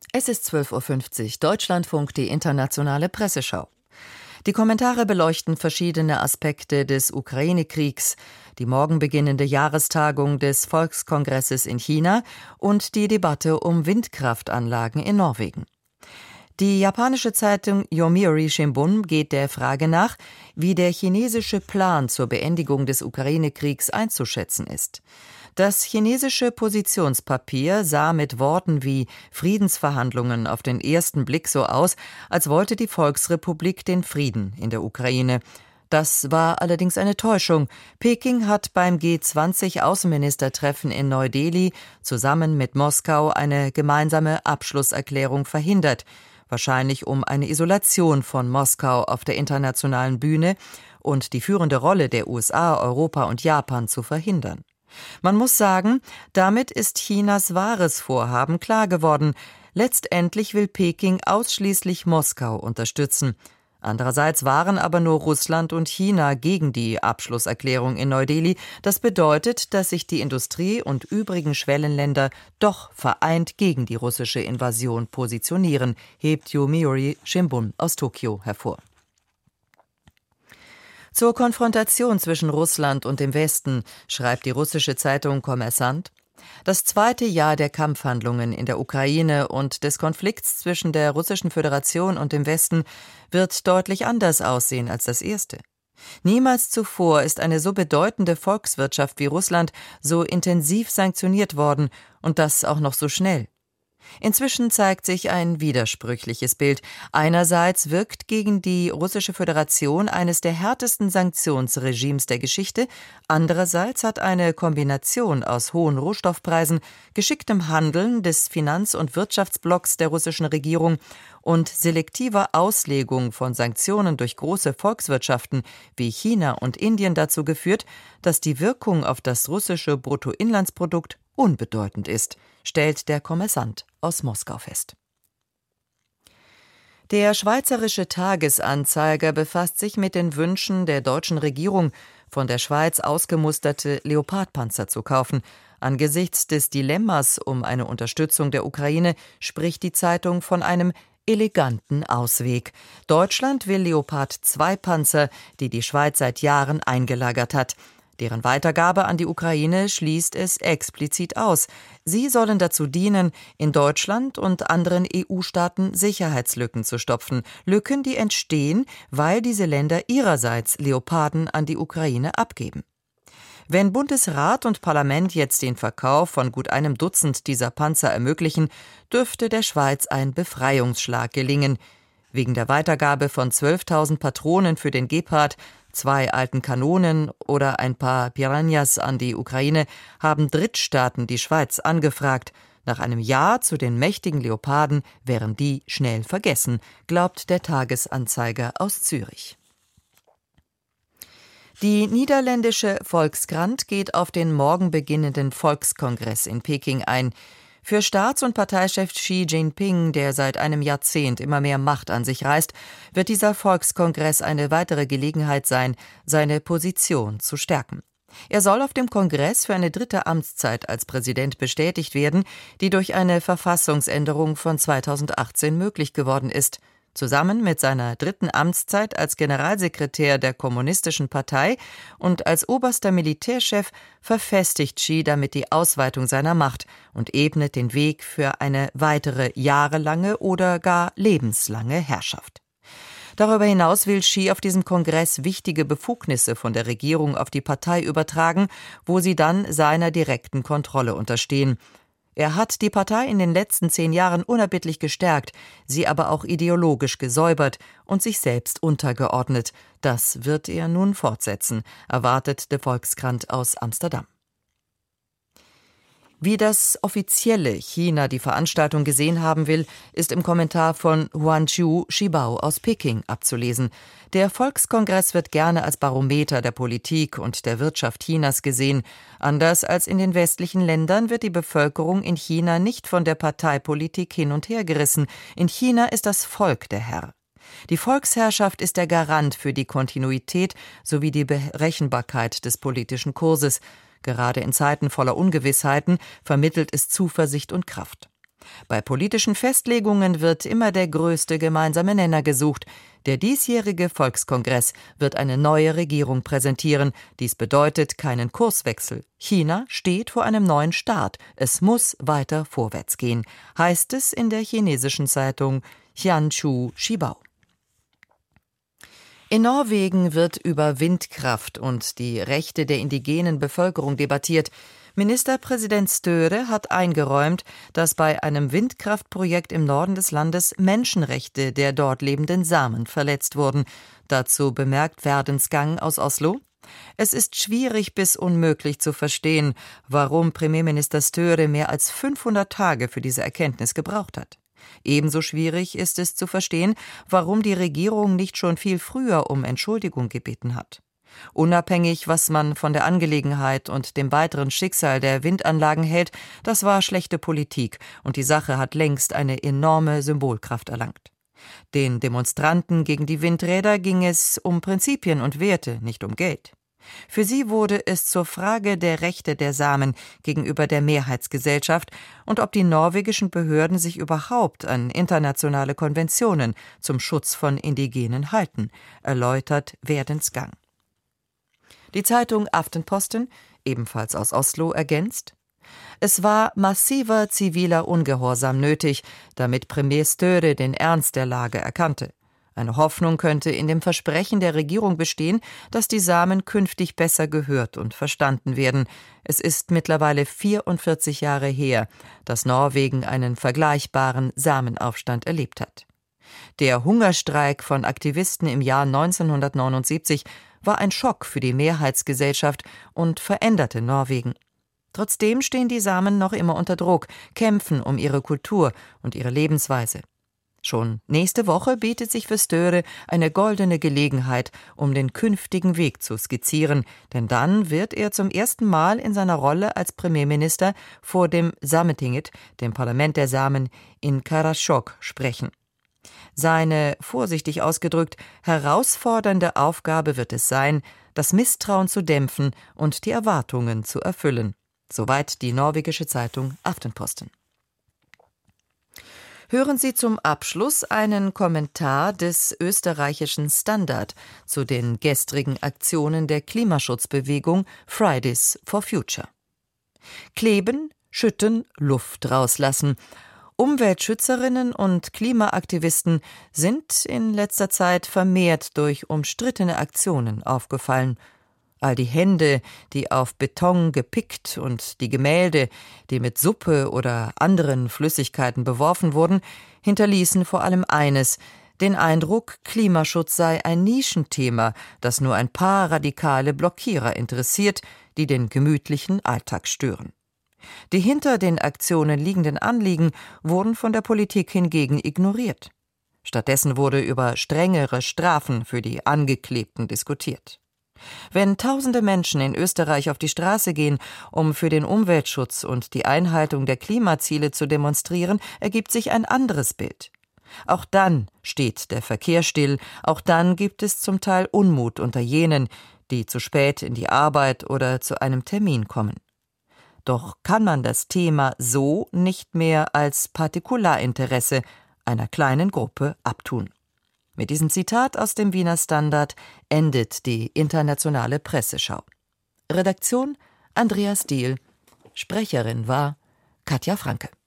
Es ist 12:50 Uhr, Deutschlandfunk, die internationale Presseschau. Die Kommentare beleuchten verschiedene Aspekte des Ukraine-Kriegs, die morgen beginnende Jahrestagung des Volkskongresses in China und die Debatte um Windkraftanlagen in Norwegen. Die japanische Zeitung Yomiuri Shimbun geht der Frage nach, wie der chinesische Plan zur Beendigung des Ukraine-Kriegs einzuschätzen ist. Das chinesische Positionspapier sah mit Worten wie Friedensverhandlungen auf den ersten Blick so aus, als wollte die Volksrepublik den Frieden in der Ukraine. Das war allerdings eine Täuschung. Peking hat beim G20-Außenministertreffen in Neu-Delhi zusammen mit Moskau eine gemeinsame Abschlusserklärung verhindert, wahrscheinlich um eine Isolation von Moskau auf der internationalen Bühne und die führende Rolle der USA, Europa und Japan zu verhindern. Man muss sagen, damit ist Chinas wahres Vorhaben klar geworden. Letztendlich will Peking ausschließlich Moskau unterstützen. Andererseits waren aber nur Russland und China gegen die Abschlusserklärung in Neu-Delhi. Das bedeutet, dass sich die Industrie und übrigen Schwellenländer doch vereint gegen die russische Invasion positionieren, hebt Yomiuri Shimbun aus Tokio hervor. Zur Konfrontation zwischen Russland und dem Westen schreibt die russische Zeitung Kommersant: Das zweite Jahr der Kampfhandlungen in der Ukraine und des Konflikts zwischen der Russischen Föderation und dem Westen wird deutlich anders aussehen als das erste. Niemals zuvor ist eine so bedeutende Volkswirtschaft wie Russland so intensiv sanktioniert worden und das auch noch so schnell. Inzwischen zeigt sich ein widersprüchliches Bild. Einerseits wirkt gegen die Russische Föderation eines der härtesten Sanktionsregimes der Geschichte, andererseits hat eine Kombination aus hohen Rohstoffpreisen, geschicktem Handeln des Finanz- und Wirtschaftsblocks der russischen Regierung und selektiver Auslegung von Sanktionen durch große Volkswirtschaften wie China und Indien dazu geführt, dass die Wirkung auf das russische Bruttoinlandsprodukt unbedeutend ist, stellt der Kommersant aus Moskau fest. Der Schweizerische Tagesanzeiger befasst sich mit den Wünschen der deutschen Regierung, von der Schweiz ausgemusterte Leopardpanzer zu kaufen. Angesichts des Dilemmas um eine Unterstützung der Ukraine spricht die Zeitung von einem eleganten Ausweg. Deutschland will Leopard-2-Panzer, die die Schweiz seit Jahren eingelagert hat. Deren Weitergabe an die Ukraine schließt es explizit aus. Sie sollen dazu dienen, in Deutschland und anderen EU-Staaten Sicherheitslücken zu stopfen. Lücken, die entstehen, weil diese Länder ihrerseits Leoparden an die Ukraine abgeben. Wenn Bundesrat und Parlament jetzt den Verkauf von gut einem Dutzend dieser Panzer ermöglichen, dürfte der Schweiz ein Befreiungsschlag gelingen. Wegen der Weitergabe von 12.000 Patronen für den Gepard, 2 alten Kanonen oder ein paar Piranhas an die Ukraine haben Drittstaaten die Schweiz angefragt. Nach einem Ja zu den mächtigen Leoparden wären die schnell vergessen, glaubt der Tagesanzeiger aus Zürich. Die niederländische Volkskrant geht auf den morgen beginnenden Volkskongress in Peking ein. Für Staats- und Parteichef Xi Jinping, der seit einem Jahrzehnt immer mehr Macht an sich reißt, wird dieser Volkskongress eine weitere Gelegenheit sein, seine Position zu stärken. Er soll auf dem Kongress für eine dritte Amtszeit als Präsident bestätigt werden, die durch eine Verfassungsänderung von 2018 möglich geworden ist. Zusammen mit seiner dritten Amtszeit als Generalsekretär der Kommunistischen Partei und als oberster Militärchef verfestigt Xi damit die Ausweitung seiner Macht und ebnet den Weg für eine weitere jahrelange oder gar lebenslange Herrschaft. Darüber hinaus will Xi auf diesem Kongress wichtige Befugnisse von der Regierung auf die Partei übertragen, wo sie dann seiner direkten Kontrolle unterstehen. Er hat die Partei in den letzten 10 Jahren unerbittlich gestärkt, sie aber auch ideologisch gesäubert und sich selbst untergeordnet. Das wird er nun fortsetzen, erwartet der Volkskrant aus Amsterdam. Wie das offizielle China die Veranstaltung gesehen haben will, ist im Kommentar von Huanqiu Shibao aus Peking abzulesen. Der Volkskongress wird gerne als Barometer der Politik und der Wirtschaft Chinas gesehen. Anders als in den westlichen Ländern wird die Bevölkerung in China nicht von der Parteipolitik hin und her gerissen. In China ist das Volk der Herr. Die Volksherrschaft ist der Garant für die Kontinuität sowie die Berechenbarkeit des politischen Kurses. Gerade in Zeiten voller Ungewissheiten vermittelt es Zuversicht und Kraft. Bei politischen Festlegungen wird immer der größte gemeinsame Nenner gesucht. Der diesjährige Volkskongress wird eine neue Regierung präsentieren. Dies bedeutet keinen Kurswechsel. China steht vor einem neuen Start. Es muss weiter vorwärts gehen, heißt es in der chinesischen Zeitung Jianchu Shibao. In Norwegen wird über Windkraft und die Rechte der indigenen Bevölkerung debattiert. Ministerpräsident Støre hat eingeräumt, dass bei einem Windkraftprojekt im Norden des Landes Menschenrechte der dort lebenden Samen verletzt wurden. Dazu bemerkt Verdensgang aus Oslo: Es ist schwierig bis unmöglich zu verstehen, warum Premierminister Støre mehr als 500 Tage für diese Erkenntnis gebraucht hat. Ebenso schwierig ist es zu verstehen, warum die Regierung nicht schon viel früher um Entschuldigung gebeten hat. Unabhängig, was man von der Angelegenheit und dem weiteren Schicksal der Windanlagen hält, das war schlechte Politik und die Sache hat längst eine enorme Symbolkraft erlangt. Den Demonstranten gegen die Windräder ging es um Prinzipien und Werte, nicht um Geld. Für sie wurde es zur Frage der Rechte der Samen gegenüber der Mehrheitsgesellschaft und ob die norwegischen Behörden sich überhaupt an internationale Konventionen zum Schutz von Indigenen halten, erläutert Verdensgang. Die Zeitung Aftenposten, ebenfalls aus Oslo, ergänzt: Es war massiver ziviler Ungehorsam nötig, damit Premier Støre den Ernst der Lage erkannte. Eine Hoffnung könnte in dem Versprechen der Regierung bestehen, dass die Samen künftig besser gehört und verstanden werden. Es ist mittlerweile 44 Jahre her, dass Norwegen einen vergleichbaren Samenaufstand erlebt hat. Der Hungerstreik von Aktivisten im Jahr 1979 war ein Schock für die Mehrheitsgesellschaft und veränderte Norwegen. Trotzdem stehen die Samen noch immer unter Druck, kämpfen um ihre Kultur und ihre Lebensweise. Schon nächste Woche bietet sich für Støre eine goldene Gelegenheit, um den künftigen Weg zu skizzieren, denn dann wird er zum ersten Mal in seiner Rolle als Premierminister vor dem Sametinget, dem Parlament der Samen, in Karasjok sprechen. Seine, vorsichtig ausgedrückt, herausfordernde Aufgabe wird es sein, das Misstrauen zu dämpfen und die Erwartungen zu erfüllen. Soweit die norwegische Zeitung Aftenposten. Hören Sie zum Abschluss einen Kommentar des österreichischen Standard zu den gestrigen Aktionen der Klimaschutzbewegung Fridays for Future. Kleben, schütten, Luft rauslassen. Umweltschützerinnen und Klimaaktivisten sind in letzter Zeit vermehrt durch umstrittene Aktionen aufgefallen. All die Hände, die auf Beton gepickt, und die Gemälde, die mit Suppe oder anderen Flüssigkeiten beworfen wurden, hinterließen vor allem eines: den Eindruck, Klimaschutz sei ein Nischenthema, das nur ein paar radikale Blockierer interessiert, die den gemütlichen Alltag stören. Die hinter den Aktionen liegenden Anliegen wurden von der Politik hingegen ignoriert. Stattdessen wurde über strengere Strafen für die Angeklebten diskutiert. Wenn tausende Menschen in Österreich auf die Straße gehen, um für den Umweltschutz und die Einhaltung der Klimaziele zu demonstrieren, ergibt sich ein anderes Bild. Auch dann steht der Verkehr still, auch dann gibt es zum Teil Unmut unter jenen, die zu spät in die Arbeit oder zu einem Termin kommen. Doch kann man das Thema so nicht mehr als Partikularinteresse einer kleinen Gruppe abtun. Mit diesem Zitat aus dem Wiener Standard endet die internationale Presseschau. Redaktion Andreas Diehl, Sprecherin war Katja Franke.